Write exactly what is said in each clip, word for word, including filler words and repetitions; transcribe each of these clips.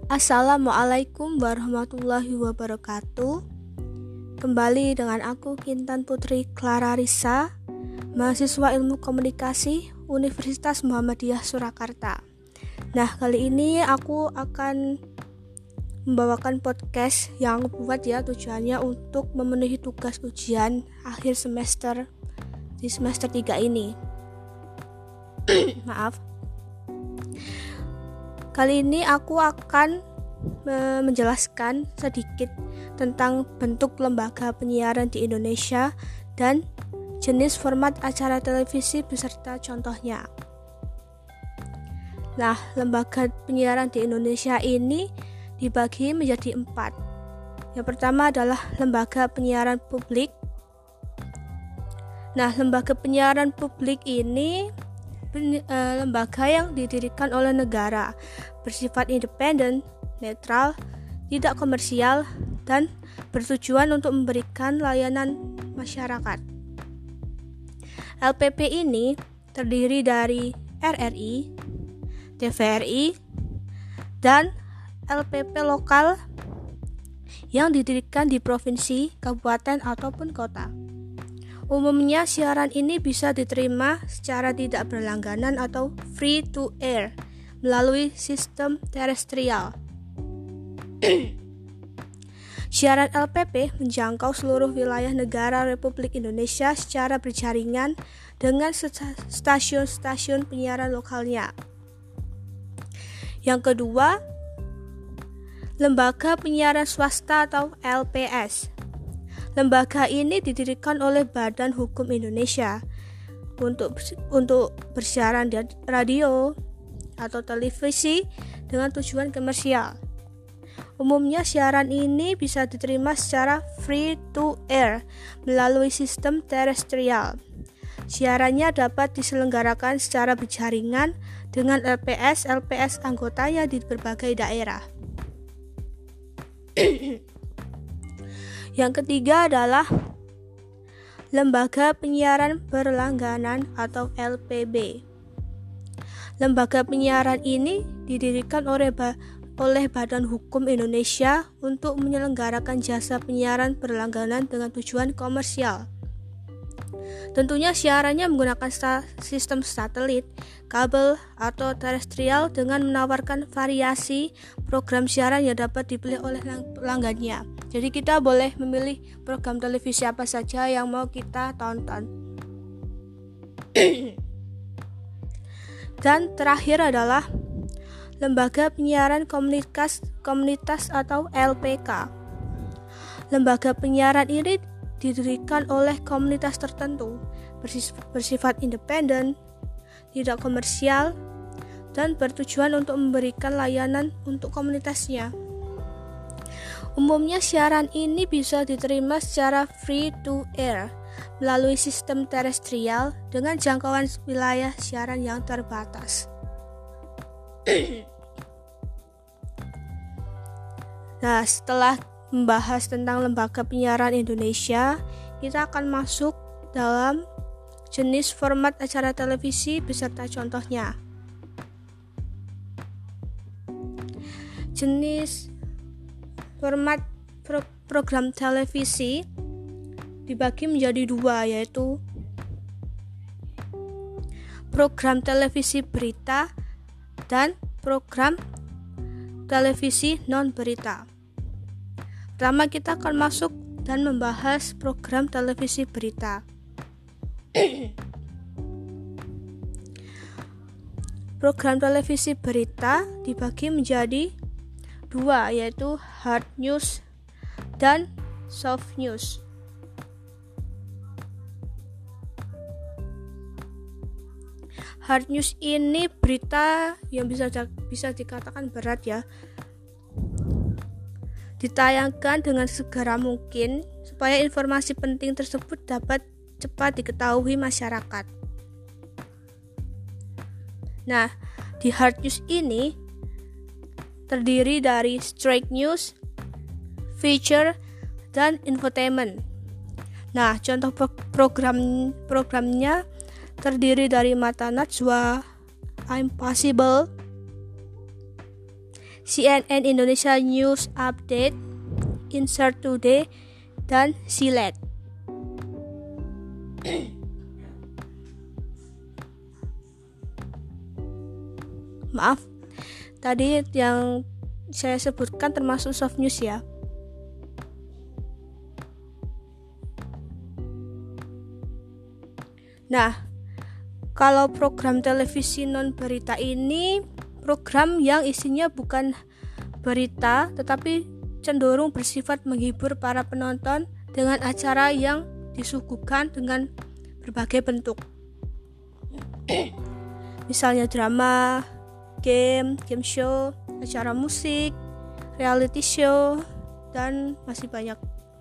Assalamualaikum warahmatullahi wabarakatuh. Kembali dengan aku Kintan Putri Clara Risa, mahasiswa Ilmu Komunikasi Universitas Muhammadiyah Surakarta. Nah, kali ini aku akan membawakan podcast yang aku buat ya, tujuannya untuk memenuhi tugas ujian akhir semester di semester tiga ini. Maaf. Kali ini aku akan e, menjelaskan sedikit tentang bentuk lembaga penyiaran di Indonesia dan jenis format acara televisi beserta contohnya. Nah, lembaga penyiaran di Indonesia ini dibagi menjadi empat. Yang pertama adalah lembaga penyiaran publik. Nah, lembaga penyiaran publik ini pen, e, lembaga yang didirikan oleh negara, bersifat independen, netral, tidak komersial, dan bertujuan untuk memberikan layanan masyarakat. L P P ini terdiri dari R R I, T V R I, dan L P P lokal yang didirikan di provinsi, kabupaten, ataupun kota. Umumnya siaran ini bisa diterima secara tidak berlangganan atau free to air melalui sistem terestrial. Siaran L P P menjangkau seluruh wilayah negara Republik Indonesia secara berjaringan dengan stasiun-stasiun penyiaran lokalnya. Yang kedua, lembaga penyiaran swasta atau L P S. Lembaga ini didirikan oleh Badan Hukum Indonesia untuk untuk bersiaran di radio atau televisi dengan tujuan komersial. Umumnya siaran ini bisa diterima secara free to air melalui sistem terestrial. Siarannya dapat diselenggarakan secara berjaringan dengan L P S L P S anggotanya di berbagai daerah. Yang ketiga adalah lembaga penyiaran berlangganan atau L P B. Lembaga penyiaran ini didirikan oleh ba- oleh Badan Hukum Indonesia untuk menyelenggarakan jasa penyiaran berlangganan dengan tujuan komersial. Tentunya siarannya menggunakan sta- sistem satelit, kabel, atau terestrial dengan menawarkan variasi program siaran yang dapat dipilih oleh pelanggannya. Jadi kita boleh memilih program televisi apa saja yang mau kita tonton. Dan terakhir adalah lembaga penyiaran komunitas, komunitas atau L P K. Lembaga penyiaran ini didirikan oleh komunitas tertentu, bersifat independen, tidak komersial, dan bertujuan untuk memberikan layanan untuk komunitasnya. Umumnya siaran ini bisa diterima secara free to air melalui sistem terestrial dengan jangkauan wilayah siaran yang terbatas. Nah, setelah membahas tentang lembaga penyiaran Indonesia, kita akan masuk dalam jenis format acara televisi beserta contohnya. Jenis format pro- program televisi dibagi menjadi dua, yaitu program televisi berita dan program televisi non-berita. Pertama kita akan masuk dan membahas program televisi berita. Program televisi berita dibagi menjadi dua, yaitu hard news dan soft news. Hard news ini berita yang bisa bisa dikatakan berat ya. Ditayangkan dengan segera mungkin supaya informasi penting tersebut dapat cepat diketahui masyarakat. Nah, di hard news ini terdiri dari straight news, feature, dan infotainment. Nah, contoh program programnya terdiri dari Mata Najwa, I'm Possible, C N N Indonesia News Update, Insert Today, dan Silet. Maaf, tadi yang saya sebutkan termasuk soft news ya. Nah, kalau program televisi non berita ini program yang isinya bukan berita tetapi cenderung bersifat menghibur para penonton dengan acara yang disuguhkan dengan berbagai bentuk. Misalnya drama, game, game show, acara musik, reality show, dan masih banyak.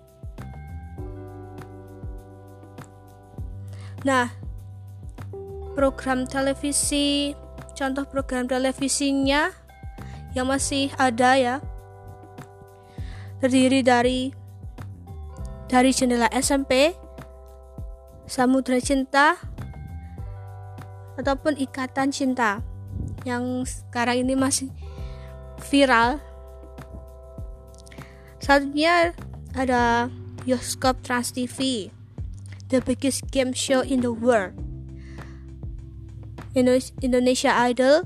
Nah, program televisi, contoh program televisinya yang masih ada ya, terdiri dari dari Jendela S M P, Samudra Cinta, ataupun Ikatan Cinta yang sekarang ini masih viral. Satunya ada Bioskop Trans T V, The Biggest Game Show in the World, Indonesia Idol,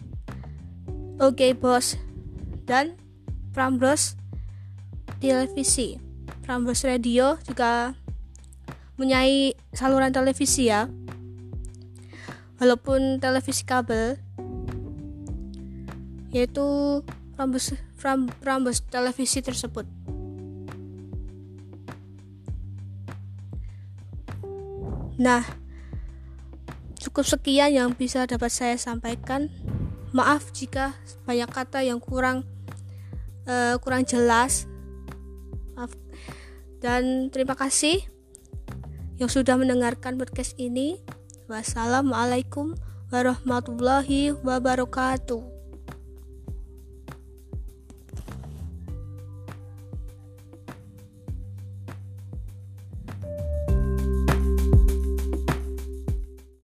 OK Boss, dan Prambors Televisi. Prambors Radio juga mempunyai saluran televisi ya, walaupun televisi kabel, yaitu Prambors, Prambors Televisi tersebut. Nah, cukup sekian yang bisa dapat saya sampaikan. Maaf jika banyak kata yang kurang uh, kurang jelas. Maaf. Dan terima kasih yang sudah mendengarkan podcast ini. Wassalamualaikum warahmatullahi wabarakatuh.